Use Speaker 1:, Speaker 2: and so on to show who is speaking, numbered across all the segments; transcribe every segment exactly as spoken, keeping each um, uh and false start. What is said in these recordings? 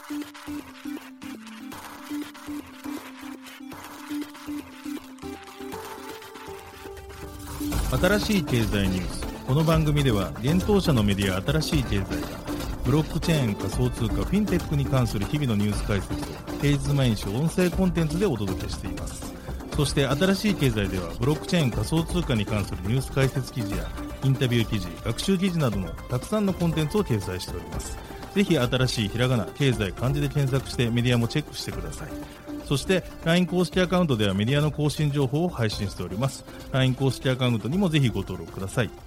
Speaker 1: 新しい経済ニュース。この番組では現当社のメディア新しい経済がブロックチェーン、仮想通貨、フィンテックに関する日々のニュース解説を平日毎日音声コンテンツでお届けしています。そして新しい経済ではブロックチェーン、仮想通貨に関するニュース解説記事やインタビュー記事、学習記事などのたくさんのコンテンツを掲載しております。ぜひ新しいひらがな、経済、漢字で検索してメディアもチェックしてください。そして ライン 公式アカウントではメディアの更新情報を配信しております。 ライン 公式アカウントにもぜひご登録ください。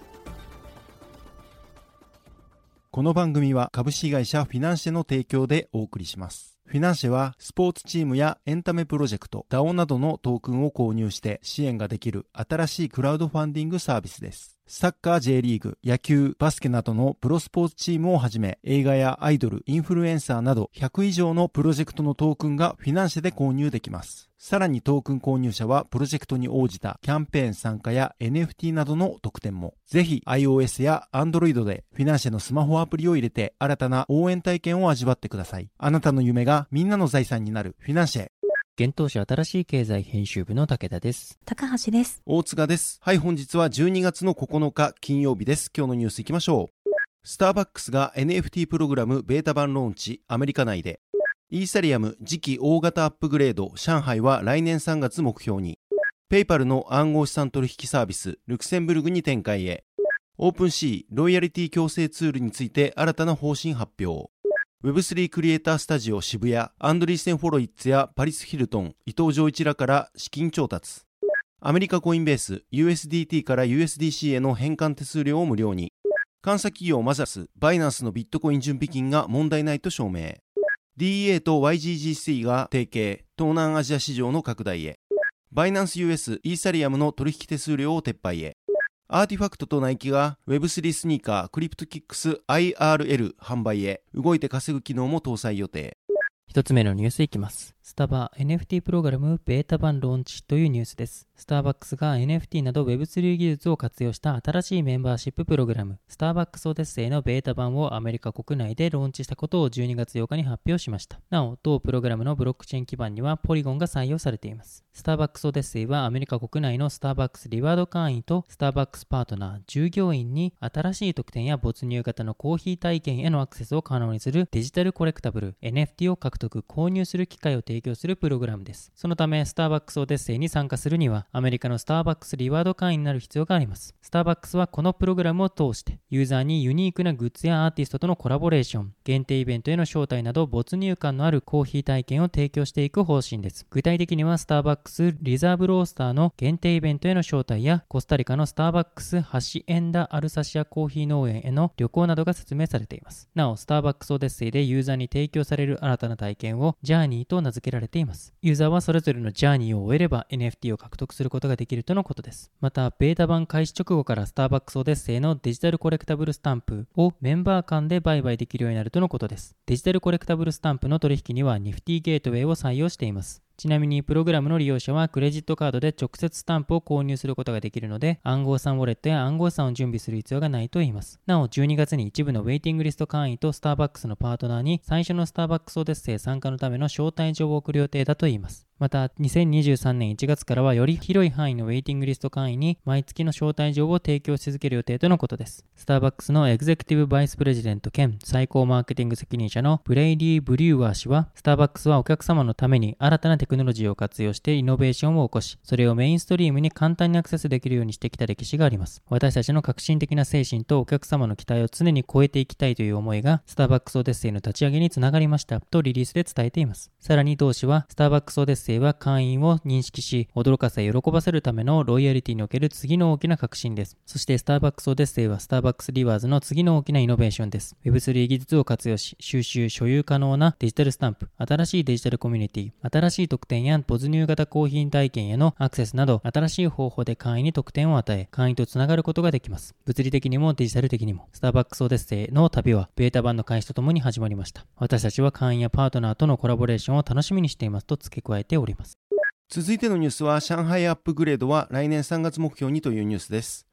Speaker 2: この番組は株式会社フィナンシェの提供でお送りします。フィナンシェはスポーツチームやエンタメプロジェクト、ダオ などのトークンを購入して支援ができる新しいクラウドファンディングサービスです。サッカー J リーグ、野球、バスケなどのプロスポーツチームをはじめ、映画やアイドル、インフルエンサーなどひゃく以上のプロジェクトのトークンがフィナンシェで購入できます。さらにトークン購入者はプロジェクトに応じたキャンペーン参加や エヌエフティー などの特典も。ぜひ iOS や Android でフィナンシェのスマホアプリを入れて新たな応援体験を味わってください。あなたの夢がみんなの財産になるフィナンシェ。
Speaker 3: 現当社新しい経済編集部の武田です。
Speaker 4: 高橋です。
Speaker 2: 大塚です。はい、本日はじゅうにがつのここのか金曜日です。今日のニュースいきましょう。スターバックスが エヌエフティー プログラムベータ版ローンチ、アメリカ内で。イーサリアム次期大型アップグレード、上海は来年さんがつ目標に。ペイパルの暗号資産取引サービス、ルクセンブルグに展開へ。オープンシー、ロイヤリティ強制ツールについて新たな方針発表。ウェブスリー クリエイタースタジオ渋谷、アンドリーセン・フォロイッツやパリス・ヒルトン、伊藤浄一らから資金調達。アメリカコインベース、ユーエスディーティー から ユーエスディーシー への返還手数料を無料に。監査企業マザース、バイナンスのビットコイン準備金が問題ないと証明。ディーイーエー と ワイジージーシー が提携、東南アジア市場の拡大へ。バイナンス ユーエス、イーサリアムの取引手数料を撤廃へ。アーティファクトとナイキが ウェブスリー スニーカークリプトキックス アイアールエル 販売へ。動いて稼ぐ機能も搭載予定。
Speaker 3: 一つ目のニュースいきます。スタバ エヌエフティー プログラムベータ版ローンチというニュースです。スターバックスが エヌエフティー など ウェブスリー 技術を活用した新しいメンバーシッププログラム、スターバックスオデッセイのベータ版をアメリカ国内でローンチしたことをじゅうにがつようかに発表しました。なお、同プログラムのブロックチェーン基盤にはポリゴンが採用されています。スターバックスオデッセイはアメリカ国内のスターバックスリワード会員とスターバックスパートナー、従業員に新しい特典や没入型のコーヒー体験へのアクセスを可能にするデジタルコレクタブル エヌエフティー を獲得、購入する機会を提供するプログラムです。そのため、スターバックスオデッセイに参加するには、アメリカのスターバックスリワード会員になる必要があります。スターバックスはこのプログラムを通して、ユーザーにユニークなグッズやアーティストとのコラボレーション、限定イベントへの招待など、没入感のあるコーヒー体験を提供していく方針です。具体的には、スターバックスリザーブロースターの限定イベントへの招待や、コスタリカのスターバックスハシエンダ・アルサシアコーヒー農園への旅行などが説明されています。なお、スターバックスオデッセイでユーザーに提供される新たな体験をジャーニーと名付けられています。ユーザーはそれぞれのジャーニーを終えれば エヌエフティー を獲得することができるとのことです。また、ベータ版開始直後からスターバックスオデッセイのデジタルコレクタブルスタンプをメンバー間で売買できるようになるとのことです。デジタルコレクタブルスタンプの取引には ニフティ ゲートウェイを採用しています。ちなみにプログラムの利用者はクレジットカードで直接スタンプを購入することができるので、暗号資産ウォレットや暗号資産を準備する必要がないといいます。なお、じゅうにがつに一部のウェイティングリスト会員とスターバックスのパートナーに最初のスターバックスオデッセイ参加のための招待状を送る予定だといいます。また、にせんにじゅうさんねんいちがつからはより広い範囲のウェイティングリスト会員に毎月の招待状を提供し続ける予定とのことです。スターバックスのエグゼクティブバイスプレジデント兼最高マーケティング責任者のブレイディ・ブリューワー氏は、スターバックスはお客様のために新たなテクノロジーを活用してイノベーションを起こし、それをメインストリームに簡単にアクセスできるようにしてきた歴史があります。私たちの革新的な精神とお客様の期待を常に超えていきたいという思いがスターバックスオデッセイの立ち上げにつながりましたとリリースで伝えています。さらに同氏は、スターバックスオデッセイは会員を認識し、驚かせ喜ばせるためのロイヤリティにおける次の大きな革新です。そしてスターバックスオデッセイはスターバックスリワーズの次の大きなイノベーションです。ウェブスリー 技術を活用し、収集・所有可能なデジタルスタンプ、新しいデジタルコミュニティ、新しい特典や没入型コーヒー体験へのアクセスなど、新しい方法で会員に特典を与え、会員とつながることができます。物理的にもデジタル的にも、スターバックスオデッセイの旅はベータ版の開始とともに始まりました。私たちは会員やパートナーとのコラボレーションを楽しみにしていますと付け加えております。
Speaker 2: 続いてのニュースは、上海アップグレードは来年さんがつ目標にというニュースです。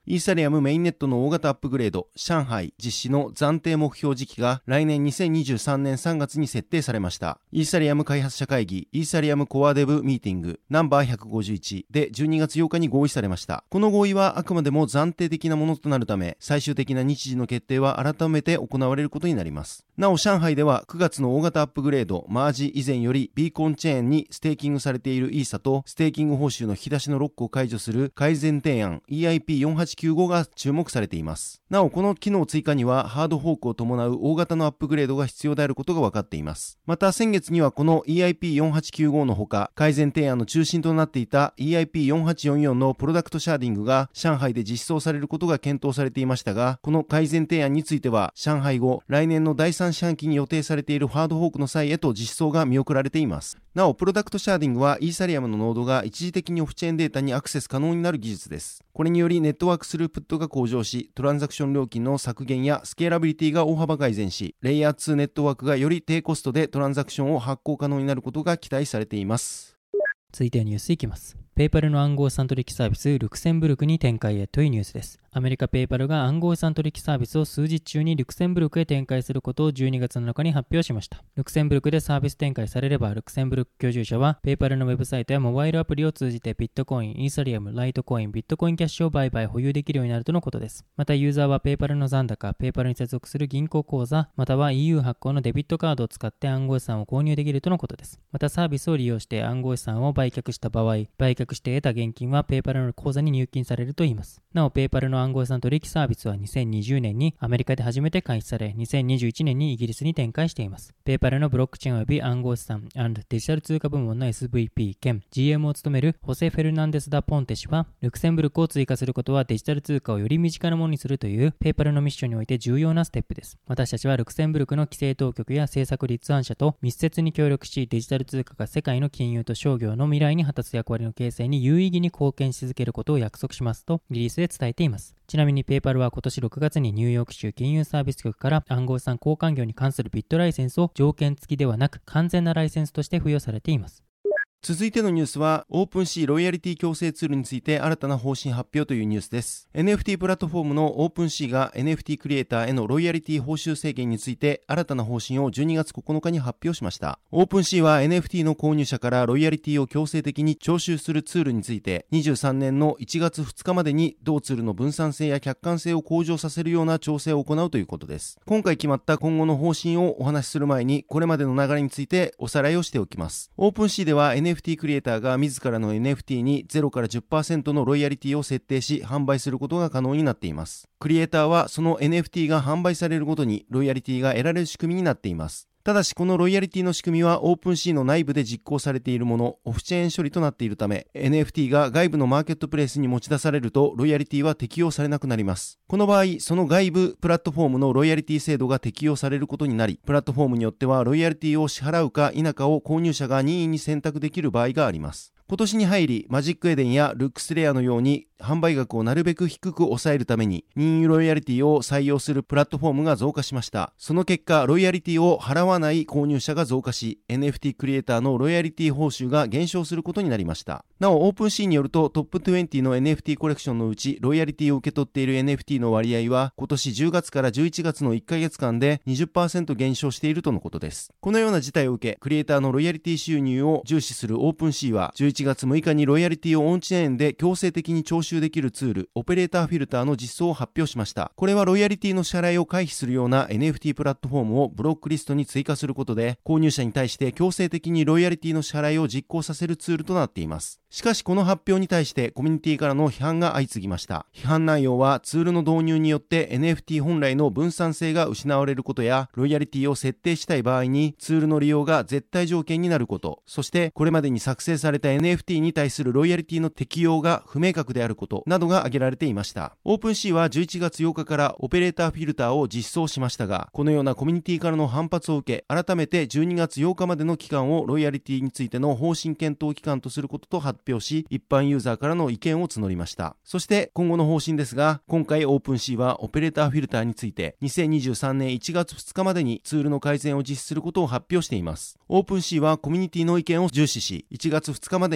Speaker 2: イーサリアムメインネットの大型アップグレード、上海実施の暫定目標時期が来年にせんにじゅうさんねんさんがつに設定されました。イーサリアム開発者会議、イーサリアムコアデブミーティングナンバーひゃくごじゅういちでじゅうにがつようかに合意されました。この合意はあくまでも暫定的なものとなるため、最終的な日時の決定は改めて行われることになります。なお、上海ではくがつの大型アップグレード、マージ以前よりビーコンチェーンにステーキングされているイーサとステーキング報酬の引き出しのロックを解除する改善提案 イーアイピーよんはちきゅうご が注目されています。なお、この機能追加にはハードフォークを伴う大型のアップグレードが必要であることが分かっています。また先月にはこの イーアイピーよんはちきゅうご のほか、改善提案の中心となっていた イーアイピーよんはちよんよん のプロダクトシャーディングが上海で実装されることが検討されていましたが、この改善提案については上海後、来年のだいさん四半期に予定されているハードフォークの際へと実装が見送られています。なお、プロダクトシャーディングはイーサリアムのノードが一時的にオフチェーンデータにアクセス可能になる技術です。これによりネットワークスループットが向上し、トランザクション料金の削減やスケーラビリティが大幅改善し、レイヤーツーネットワークがより低コストでトランザクションを発行可能になることが期待されています。
Speaker 3: 続いてはニュースいきます。ペイパルの暗号資産取引サービスルクセンブルクに展開へというニュースです。アメリカペイパルが暗号資産取引サービスを数日中にルクセンブルクへ展開することをじゅうにがつなのかに発表しました。ルクセンブルクでサービス展開されれば、ルクセンブルク居住者はペイパルのウェブサイトやモバイルアプリを通じてビットコイン、イーサリアム、ライトコイン、ビットコインキャッシュを売買保有できるようになるとのことです。またユーザーはペイパルの残高、ペイパルに接続する銀行口座、または イーユー 発行のデビットカードを使って暗号資産を購入できるとのことです。またサービスを利用して暗号資産を売却した場合、売却して得た現金はペイパルの口座に入金されるといいます。なお、ペイパルの暗号資産取引サービスはにせんにじゅうねんにアメリカで初めて開始され、にせんにじゅういちねんにイギリスに展開しています。ペイパルのブロックチェーン及び暗号資産&デジタル通貨部門の エスブイピー 兼 ジーエム を務めるホセ・フェルナンデス・ダ・ポンテ氏は、ルクセンブルクを追加することはデジタル通貨をより身近なものにするというペイパルのミッションにおいて重要なステップです。私たちはルクセンブルクの規制当局や政策立案者と密接に協力し、デジタル通貨が世界の金融と商業の未来に果たす役割の形成に有意義に貢献し続けることを約束しますとリリースで伝えています。ちなみにペイパルは今年ろくがつにニューヨーク州金融サービス局から暗号資産交換業に関するビットライセンスを条件付きではなく完全なライセンスとして付与されています。
Speaker 2: 続いてのニュースは、オープンシーロイヤリティ強制ツールについて新たな方針発表というニュースです。エヌエフティー プラットフォームのオープンシーが エヌエフティー クリエイターへのロイヤリティ報酬制限について新たな方針をじゅうにがつここのかに発表しました。オープンシーは エヌエフティー の購入者からロイヤリティを強制的に徴収するツールについて、にじゅうさんねんのいちがつふつかまでに同ツールの分散性や客観性を向上させるような調整を行うということです。今回決まった今後の方針をお話しする前に、これまでの流れについておさらいをしておきます。オープンシーでは エヌエフティー クリエイターが自らの エヌエフティー にゼロから じゅっパーセント のロイヤリティを設定し販売することが可能になっています。クリエイターはその エヌエフティー が販売されるごとにロイヤリティが得られる仕組みになっています。ただしこのロイヤリティの仕組みはオープンシーの内部で実行されているもの、オフチェーン処理となっているため エヌエフティー が外部のマーケットプレイスに持ち出されるとロイヤリティは適用されなくなります。この場合、その外部プラットフォームのロイヤリティ制度が適用されることになり、プラットフォームによってはロイヤリティを支払うか否かを購入者が任意に選択できる場合があります。今年に入り、マジックエデンやルックスレアのように販売額をなるべく低く抑えるために任意ロイヤリティを採用するプラットフォームが増加しました。その結果、ロイヤリティを払わない購入者が増加し、エヌエフティー クリエイターのロイヤリティ報酬が減少することになりました。なお、オープンシーによるとトップにじゅうの エヌエフティー コレクションのうちロイヤリティを受け取っている エヌエフティー の割合は今年じゅうがつからじゅういちがつのいっかげつかんで にじゅっパーセント 減少しているとのことです。このような事態を受け、クリエイターのロイヤリティ収入を重視するオープンシーはじゅういちがつむいかにロイヤリティをオンチェーンで強制的に徴収できるツールオペレーターフィルターの実装を発表しました。これはロイヤリティの支払いを回避するような エヌエフティー プラットフォームをブロックリストに追加することで、購入者に対して強制的にロイヤリティの支払いを実行させるツールとなっています。しかしこの発表に対してコミュニティからの批判が相次ぎました。批判内容はツールの導入によって エヌエフティー 本来の分散性が失われることや、ロイヤリティを設定したい場合にツールの利用が絶対条件になること、そしてこれまでに作成された エヌエフティー に対するロイヤリティの適用が不明確であることなどが挙げられていました。オープンシーはじゅういちがつようかからオペレーターフィルターを実装しましたが、このようなコミュニティからの反発を受け、改めてじゅうにがつようかまでの期間をロイヤリティについての方針検討期間とすることと発表し、一般ユーザーからの意見を募りました。そして今後の方針ですが、今回オープンシーはオペレーターフィルターについてにせんにじゅうさんねんいちがつふつかまでにツールの改善を実施することを発表しています。オープンシーはコミュニティの意見を重視し、いちがつふつかまで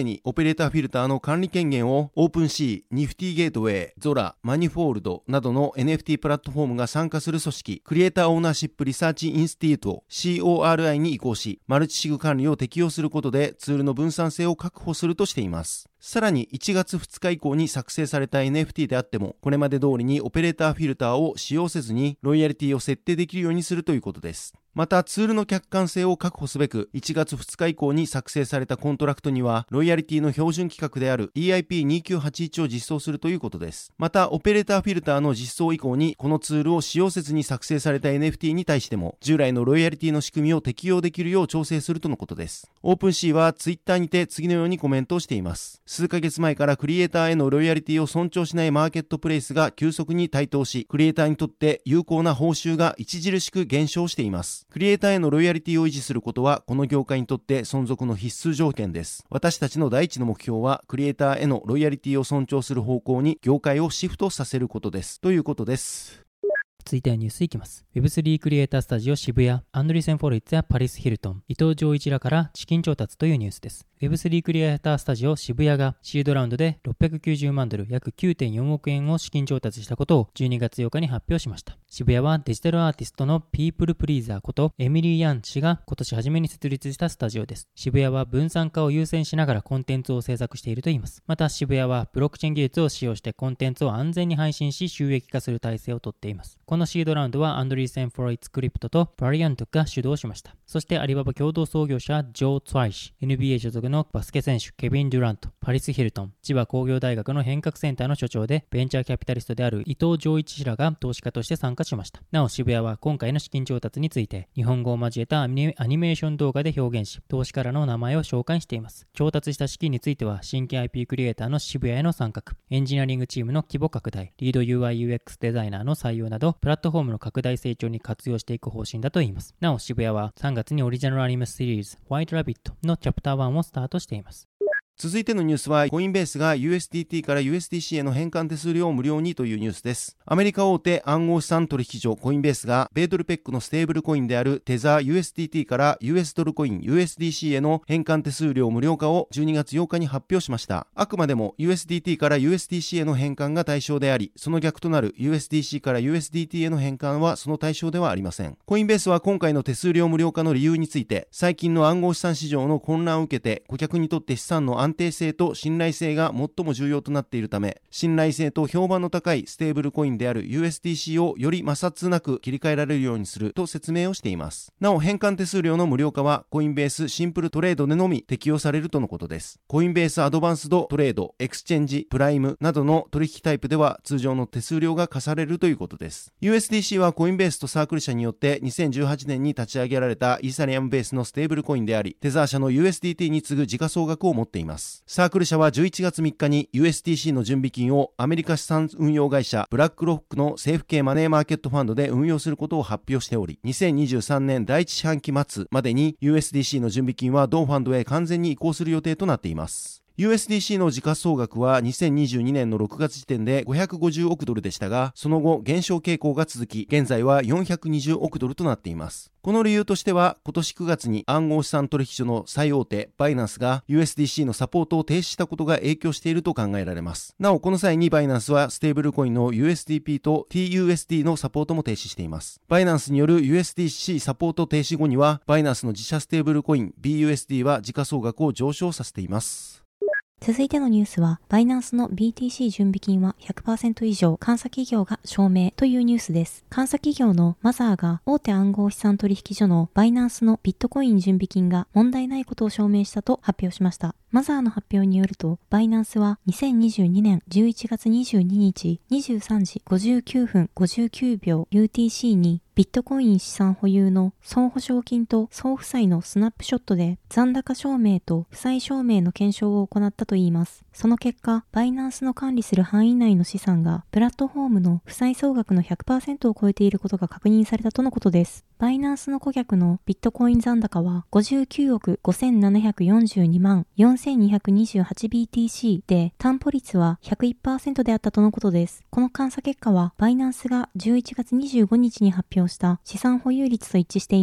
Speaker 2: めにオペレーターフィルターの管理権限を オープンシー、ニフティゲートウェイ、ゾラ、マニフォールドなどの エヌエフティー プラットフォームが参加する組織、クリエイターオーナーシップリサーチインスティート シーオーアールアイ に移行し、マルチシグ管理を適用することでツールの分散性を確保するとしています。さらにいちがつふつか以降に作成された エヌエフティー であっても、これまで通りにオペレーターフィルターを使用せずにロイヤリティを設定できるようにするということです。またツールの客観性を確保すべくいちがつふつか以降に作成されたコントラクトにはロイヤリティの標準規格である イーアイピーにきゅうはちいち を実装するということです。またオペレーターフィルターの実装以降にこのツールを使用せずに作成された エヌエフティー に対しても従来のロイヤリティの仕組みを適用できるよう調整するとのことです。オープンシーはツイッターにて次のようにコメントをしています。数ヶ月前からクリエイターへのロイヤリティを尊重しないマーケットプレイスが急速に台頭し、クリエイターにとって有効な報酬が著しく減少しています。クリエイターへのロイヤリティを維持することはこの業界にとって存続の必須条件です。私たちの第一の目標はクリエイターへのロイヤリティを尊重する方向に業界をシフトさせることですということです。
Speaker 3: 続いてはニュースいきます。ウェブスリー クリエイタースタジオ渋谷、アンドリーセン・フォレッツやパリス・ヒルトン、伊藤浄一らから資金調達というニュースです。ウェブスリー クリエイタースタジオ渋谷がシードラウンドでろっぴゃくきゅうじゅうまんドル約 きゅうてんよんおくえんを資金調達したことをじゅうにがつようかに発表しました。渋谷はデジタルアーティストのピープルプリーザーことエミリー・ヤン氏が今年初めに設立したスタジオです。渋谷は分散化を優先しながらコンテンツを制作しているといいます。また渋谷はブロックチェーン技術を使用してコンテンツを安全に配信し収益化する体制をとっています。このシードラウンドはアンドリーセン・フォレッツ・クリプトとバリアントが主導しました。そしてアリババ共同創業者ジョー・ツワイ氏、エヌビーエー 所属のバスケ選手ケビン・デュラント、パリス・ヒルトン、千葉工業大学の変革センターの所長でベンチャーキャピタリストである伊藤浄一氏らが投資家として参加しました。なお渋谷は今回の資金調達について日本語を交えたアニメーション動画で表現し、投資家らの名前を紹介しています。調達した資金については新規 アイピー クリエイターの渋谷への参画、エンジニアリングチームの規模拡大、リード ユーアイユーエックス デザイナーの採用などプラットフォームの拡大成長に活用していく方針だといいます。なお渋谷はさんがつにオリジナルアニメシリーズ White Rabbit のチャプターワンをスタートしています。
Speaker 2: 続いてのニュースはコインベースが ユーエスディーティー から ユーエスディーシー への変換手数料を無料にというニュースです。アメリカ大手暗号資産取引所コインベースが米ドルペックのステーブルコインであるテザー ユーエスディーティー から ユーエス ドルコイン ユーエスディーシー への変換手数料無料化をじゅうにがつようかに発表しました。あくまでも ユーエスディーティー から ユーエスディーシー への変換が対象であり、その逆となる ユーエスディーシー から ユーエスディーティー への変換はその対象ではありません。コインベースは今回の手数料無料化の理由について、最近の暗号資産市場の混乱を受けて顧客にとって資産の安定性と信頼性が最も重要となっているため、信頼性と評判の高いステーブルコインである ユーエスディーシー をより摩擦なく切り替えられるようにすると説明をしています。なお変換手数料の無料化はコインベースシンプルトレードでのみ適用されるとのことです。コインベースアドバンスドトレード、エクスチェンジ、プライムなどの取引タイプでは通常の手数料が課されるということです。ユーエスディーシー はコインベースとサークル社によってにせんじゅうはちねんに立ち上げられたイーサリアムベースのステーブルコインであり、テザー社の ユーエスディーティー に次ぐ時価総額を持っています。サークル社はじゅういちがつみっかに ユーエスディーシー の準備金をアメリカ資産運用会社ブラックロックの政府系マネーマーケットファンドで運用することを発表しており、にせんにじゅうさんねんだいいち四半期末までに ユーエスディーシー の準備金は同ファンドへ完全に移行する予定となっています。ユーエスディーシー の時価総額はにせんにじゅうにねんのろくがつ時点でごひゃくごじゅうおくドルでしたが、その後減少傾向が続き、現在はよんひゃくにじゅうおくドルとなっています。この理由としては、今年くがつに暗号資産取引所の最大手バイナンスが ユーエスディーシー のサポートを停止したことが影響していると考えられます。なお、この際にバイナンスはステーブルコインの ユーエスディーピー と ティーユーエスディー のサポートも停止しています。バイナンスによる ユーエスディーシー サポート停止後には、バイナンスの自社ステーブルコイン ビーユーエスディー は時価総額を上昇させています。
Speaker 4: 続いてのニュースは、バイナンスの ビーティーシー 準備金は ひゃくパーセント 以上、監査企業が証明というニュースです。監査企業のマザーが大手暗号資産取引所のバイナンスのビットコイン準備金が問題ないことを証明したと発表しました。マザーの発表によると、バイナンスはにせんにじゅうにねんじゅういちがつにじゅうににちにじゅうさんじごじゅうきゅうふんごじゅうきゅうびょう ユーティーシー にビットコイン資産保有の総保証金と総負債のスナップショットで残高証明と負債証明の検証を行ったといいます。その結果、バイナンスの管理する範囲内の資産がプラットフォームの負債総額の ひゃくパーセント を超えていることが確認されたとのことです。バイナンスの顧客のビットコイン残高はごじゅうきゅうおくごせんななひゃくよんじゅうにまんよんせんにひゃくにじゅうはちビーティーシー で、担保率は ひゃくいちパーセント であったとのことです。この監査結果は、バイナンスがじゅういちがつにじゅうごにちに発表した資産保有率と一致しています。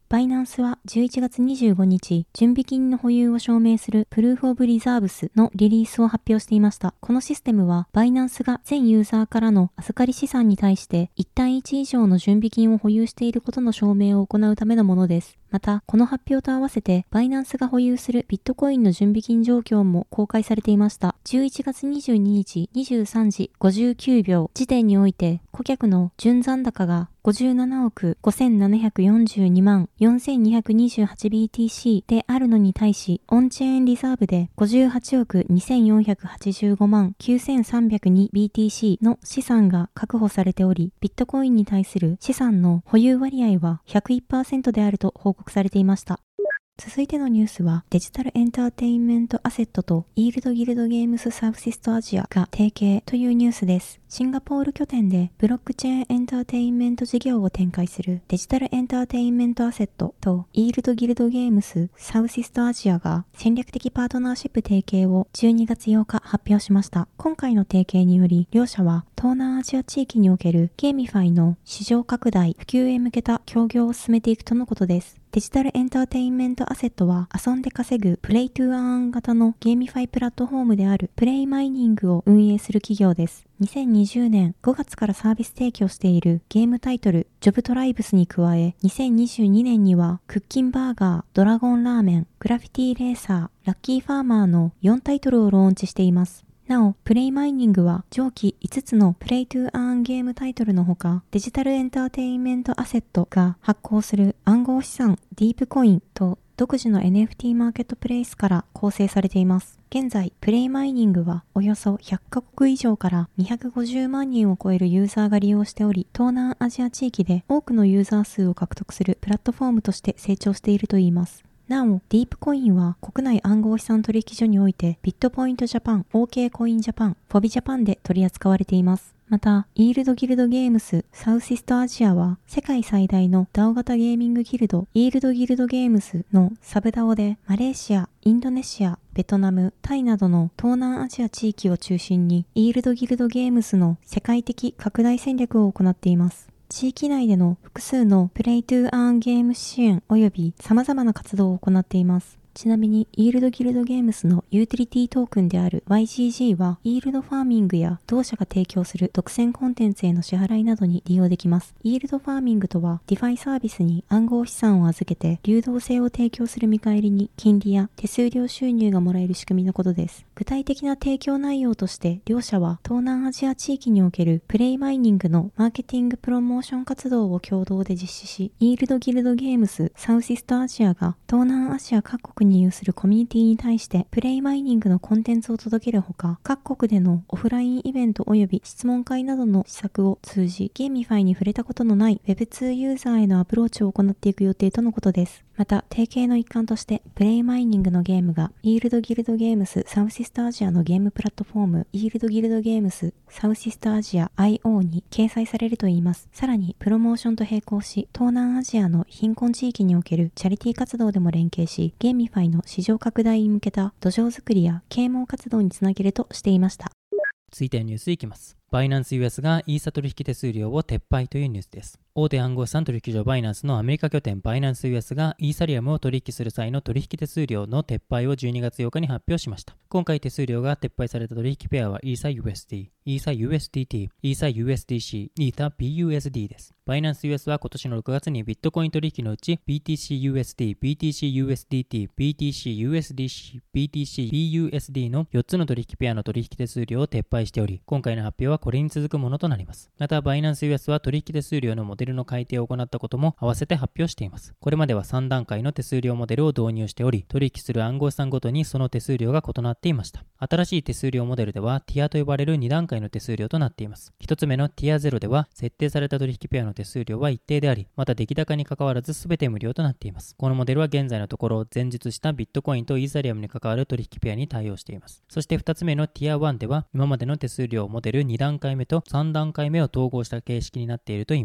Speaker 4: バイナンスはじゅういちがつにじゅうごにち、準備金の保有を証明するプルーフオブリザーブスのリリースを発表していました。このシステムは、バイナンスが全ユーザーからの預かり資産に対していち対いち以上の準備金を保有していることの証明を行うためのものです。また、この発表と合わせて、バイナンスが保有するビットコインの準備金状況も公開されていました。じゅういちがつにじゅうににちにじゅうさんじごじゅうきゅうびょう時点において、顧客の純残高がごじゅうななおくごせんななひゃくよんじゅうにまんよんせんにひゃくにじゅうはちビーティーシー であるのに対し、オンチェーンリザーブでごじゅうはちおくにせんよんひゃくはちじゅうごまんきゅうせんさんびゃくにビーティーシー の資産が確保されており、ビットコインに対する資産の保有割合は ひゃくいちパーセント であると報告されていました。続いてのニュースは、デジタルエンターテインメントアセットとイールドギルドゲームスサウスイストアジアが提携というニュースです。シンガポール拠点でブロックチェーンエンターテインメント事業を展開するデジタルエンターテインメントアセットとイールドギルドゲームスサウスイストアジアが戦略的パートナーシップ提携をじゅうにがつようか発表しました。今回の提携により、両社は東南アジア地域におけるゲーミファイの市場拡大、普及へ向けた協業を進めていくとのことです。デジタルエンターテインメントアセットは遊んで稼ぐプレイトゥーアーン型のゲーミファイプラットフォームであるプレイマイニングを運営する企業です。にせんにじゅうねんごがつからサービス提供しているゲームタイトルジョブトライブスに加え、にせんにじゅうにねんにはクッキンバーガー、ドラゴンラーメン、グラフィティレーサー、ラッキーファーマーのよんタイトルをローンチしています。なお、プレイマイニングは上記いつつのプレイトゥーアーンゲームタイトルのほか、デジタルエンターテインメントアセットが発行する暗号資産ディープコインと独自の エヌエフティー マーケットプレイスから構成されています。現在、プレイマイニングはおよそひゃっかこく以上からにひゃくごじゅうまんにんを超えるユーザーが利用しており、東南アジア地域で多くのユーザー数を獲得するプラットフォームとして成長しているといいます。なお、ディープコインは国内暗号資産取引所においてビットポイントジャパン、オーケー コインジャパン、フォビジャパンで取り扱われています。また、イールドギルドゲームスサウスイストアジアは世界最大の ダオ 型ゲーミングギルド、イールドギルドゲームスのサブ ダオ でマレーシア、インドネシア、ベトナム、タイなどの東南アジア地域を中心にイールドギルドゲームスの世界的拡大戦略を行っています。地域内での複数のプレイトゥーアーンゲーム支援及び様々な活動を行っています。ちなみに、イールドギルドゲームスのユーティリティトークンである ワイジージー は、イールドファーミングや同社が提供する独占コンテンツへの支払いなどに利用できます。イールドファーミングとは、ディファイサービスに暗号資産を預けて、流動性を提供する見返りに、金利や手数料収入がもらえる仕組みのことです。具体的な提供内容として、両社は、東南アジア地域におけるプレイマイニングのマーケティングプロモーション活動を共同で実施し、イールドギルドゲームスサウスイストアジアが、東南アジア各国に有するコミュニティに対してプレイマイニングのコンテンツを届けるほか、各国でのオフラインイベント及び質問会などの施策を通じ、ゲーミファイに触れたことのない ウェブツー ユーザーへのアプローチを行っていく予定とのことです。また、提携の一環として、プレイマイニングのゲームが、イールドギルドゲームスサウスイストアジアのゲームプラットフォーム、イールドギルドゲームスサウスイストアジア アイオー に掲載されるといいます。さらに、プロモーションと並行し、東南アジアの貧困地域におけるチャリティー活動でも連携し、ゲーミファイの市場拡大に向けた土壌づくりや啓蒙活動につなげるとしていました。
Speaker 3: 続いてのニュースいきます。バイナンス ユーエス がイーサ取引手数料を撤廃というニュースです。大手暗号資産取引所バイナンスのアメリカ拠点バイナンス ユーエス がイーサリアムを取引する際の取引手数料の撤廃をじゅうにがつようかに発表しました。今回手数料が撤廃された取引ペアはイーサ ユーエスディー、イーサ ユーエスディーティー、イーサ ユーエスディーシー、イーサ ピーユーエスディー です。バイナンス ユーエス は今年のろくがつにビットコイン取引のうち ビーティーシーユーエスディー、ビーティーシーユーエスディーティー、ビーティーシーユーエスディーシー、ビーティーシーピーユーエスディー のよっつの取引ペアの取引手数料を撤廃しており、今回の発表はこれに続くものとなります。また、バイナンス ユーエス は取引手数料のモデルの改定を行ったことも合わせて発表しています。これまではさんだんかいの手数料モデルを導入しており、取引する暗号資産ごとにその手数料が異なっていました。新しい手数料モデルでは、ティアと呼ばれるにだんかいの手数料となっています。ひとつめのティアゼロでは、設定された取引ペアの手数料は一定であり、また出来高に関わらず全て無料となっています。このモデルは現在のところ、前述したビットコインとイーサリアムに関わる取引ペアに対応しています。そしてふたつめのティアワンでは、今までの手数料モデルにだんかいめとさんだんかいめを統合した形式になっているといいます。ティ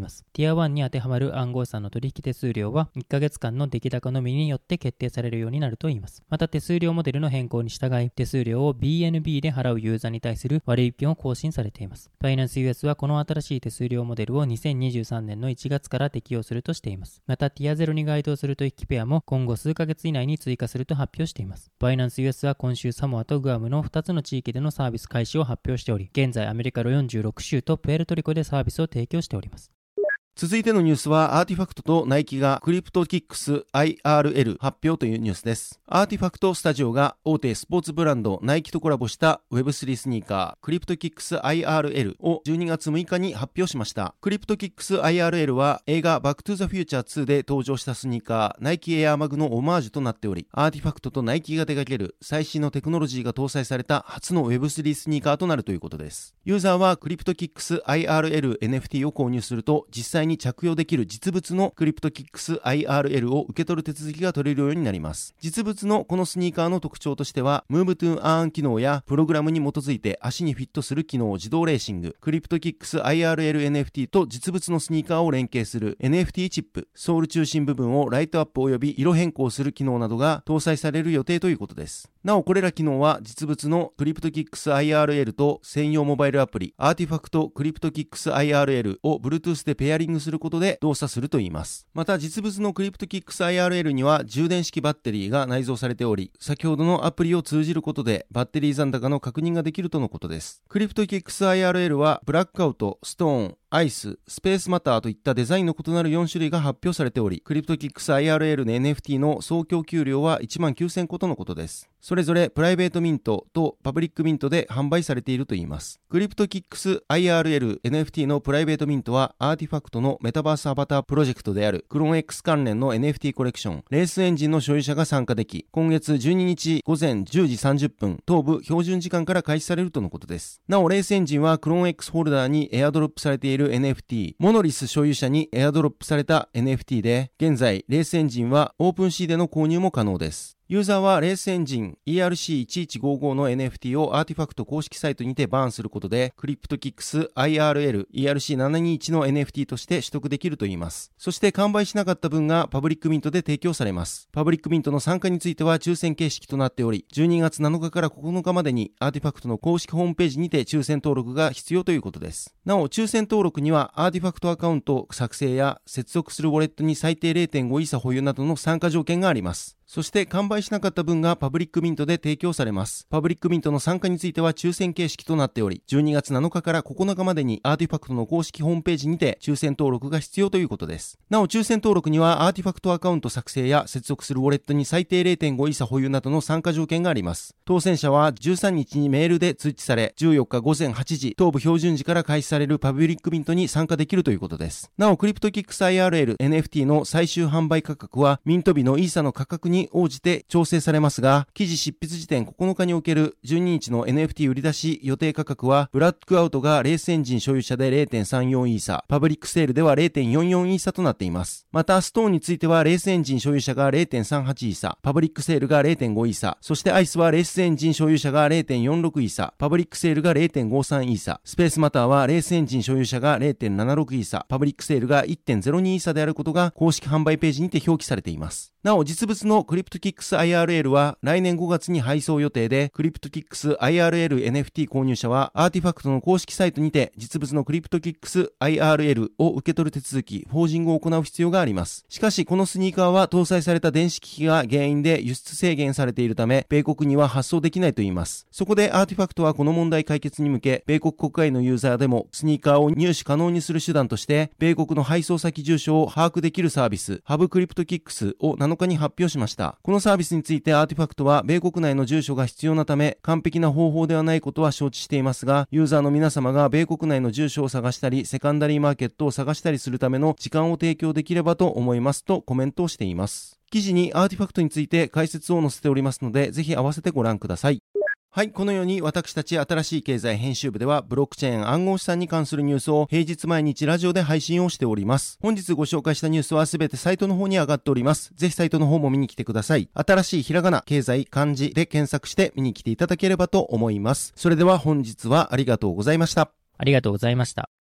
Speaker 3: アワンに当てはまる暗号資産の取引手数料はいっかげつかんの出来高のみによって決定されるようになるといいます。また手数料モデルの変更に従い、手数料を ビーエヌビー で払うユーザーに対する割引を更新されています。バイナンス ユーエス はこの新しい手数料モデルをにせんにじゅうさんねんのいちがつから適用するとしています。またティアゼロに該当する取引ペアも今後数ヶ月以内に追加すると発表しています。バイナンス ユーエス は今週サモアとグアムのふたつの地域でのサービス開始を発表しており、現在アメリカのよんじゅうろくしゅうとプエルトリコでサービスを提供しております。
Speaker 2: 続いてのニュースは、アーティファクトとナイキがクリプトキックス アイアールエル 発表というニュースです。アーティファクトスタジオが大手スポーツブランドナイキとコラボした ウェブスリー スニーカークリプトキックス アイアールエル をじゅうにがつむいかに発表しました。クリプトキックス アイアールエル は映画バックトゥザフューチャーツーで登場したスニーカーナイキエアーマグのオマージュとなっており、アーティファクトとナイキが手掛ける最新のテクノロジーが搭載された初の ウェブスリー スニーカーとなるということです。ユーザーはクリプトキックス アイアールエル エヌエフティー を購入すると実際に着用できる実物のクリプトキックス アイアールエル を受け取る手続きが取れるようになります。実物のこのスニーカーの特徴としては、ムーブトゥーンアーン機能やプログラムに基づいて足にフィットする機能、自動レーシング、クリプトキックス アイアールエル エヌエフティー と実物のスニーカーを連携する エヌエフティー チップ、ソール中心部分をライトアップ及び色変更する機能などが搭載される予定ということです。なおこれら機能は実物のクリプトキックス アイアールエル と専用モバイルアプリアーティファクトクリプトキックス アイアールエル を Bluetooth でペアリングすることで動作するといいます。また実物のクリプトキックス アイアールエル には充電式バッテリーが内蔵されており、先ほどのアプリを通じることでバッテリー残高の確認ができるとのことです。クリプトキックス アイアールエル はブラックアウト、ストーン、アイス、スペースマターといったデザインの異なるよんしゅるいが発表されており、クリプトキックス アイアールエル の エヌエフティー の総供給量はいちまんきゅうせんことのことです。それぞれプライベートミントとパブリックミントで販売されているといいます。クリプトキックス アイアールエル エヌエフティー のプライベートミントはアーティファクトのメタバースアバタープロジェクトであるクローン X 関連の エヌエフティー コレクション、レースエンジンの所有者が参加でき、今月じゅうににちごぜんじゅうじさんじゅっぷん東部標準時間から開始されるとのことです。なおレースエンジンはクローン X ホルダーにエアドロップされている エヌエフティー、モノリス所有者にエアドロップされた エヌエフティー で、現在レースエンジンはオープンシーでの購入も可能です。ユーザーはレースエンジン イーアールシーいちいちごご の エヌエフティー をアーティファクト公式サイトにてバーンすることで、クリプトキックス アイアールエル イーアールシーななにーいち の エヌエフティー として取得できるといいます。そして完売しなかった分がパブリックミントで提供されます。パブリックミントの参加については抽選形式となっており、じゅうにがつなのかからここのかまでにアーティファクトの公式ホームページにて抽選登録が必要ということです。なお抽選登録にはアーティファクトアカウント作成や接続するウォレットに最低 れいてんご イーサ保有などの参加条件があります。そして完売しなかった分がパブリックミントで提供されます。パブリックミントの参加については抽選形式となっており、じゅうにがつなのかからここのかまでにアーティファクトの公式ホームページにて抽選登録が必要ということです。なお抽選登録にはアーティファクトアカウント作成や接続するウォレットに最低 れいてんご イーサ保有などの参加条件があります。当選者はじゅうさんにちにメールで通知され、じゅうよっかごぜんはちじ東部標準時から開始されるパブリックミントに参加できるということです。なおクリプトキックス アイアールエル エヌエフティー の最終販売価格はミント日のイーサの価格に応じて調整されますが、記事執筆時点ここのかにおけるじゅうににちの エヌエフティー 売り出し予定価格は、ブラックアウトがレースエンジン所有者で れいてんさんよん イーサ、パブリックセールでは れいてんよんよん イーサとなっています。またストーンについてはレースエンジン所有者が れいてんさんはち イーサ、パブリックセールが れいてんご イーサ、そしてアイスはレースエンジン所有者が れいてんよんろく イーサ、パブリックセールが れいてんごさん イーサ、スペースマターはレースエンジン所有者が れいてんななろく イーサ、パブリックセールが いってんぜろに イーサであることが公式販売ページにて表記されています。なお実物のクリプトキックス アイアールエル は来年ごがつに配送予定で、クリプトキックス アイアールエル エヌエフティー 購入者はアーティファクトの公式サイトにて実物のクリプトキックス アイアールエル を受け取る手続き、フォージングを行う必要があります。しかしこのスニーカーは搭載された電子機器が原因で輸出制限されているため、米国には発送できないといいます。そこでアーティファクトはこの問題解決に向け、米国国外のユーザーでもスニーカーを入手可能にする手段として、米国の配送先住所を把握できるサービス、ハブクリプトキックスをなのかに発表しました。このサービスについてアーティファクトは、米国内の住所が必要なため完璧な方法ではないことは承知していますが、ユーザーの皆様が米国内の住所を探したり、セカンダリーマーケットを探したりするための時間を提供できればと思いますとコメントをしています。記事にアーティファクトについて解説を載せておりますので、ぜひ合わせてご覧ください。はい、このように私たち新しい経済編集部ではブロックチェーン暗号資産に関するニュースを平日毎日ラジオで配信をしております。本日ご紹介したニュースはすべてサイトの方に上がっております。ぜひサイトの方も見に来てください。新しいひらがな、経済、漢字で検索して見に来ていただければと思います。それでは本日はありがとうございました。
Speaker 3: ありがとうございました。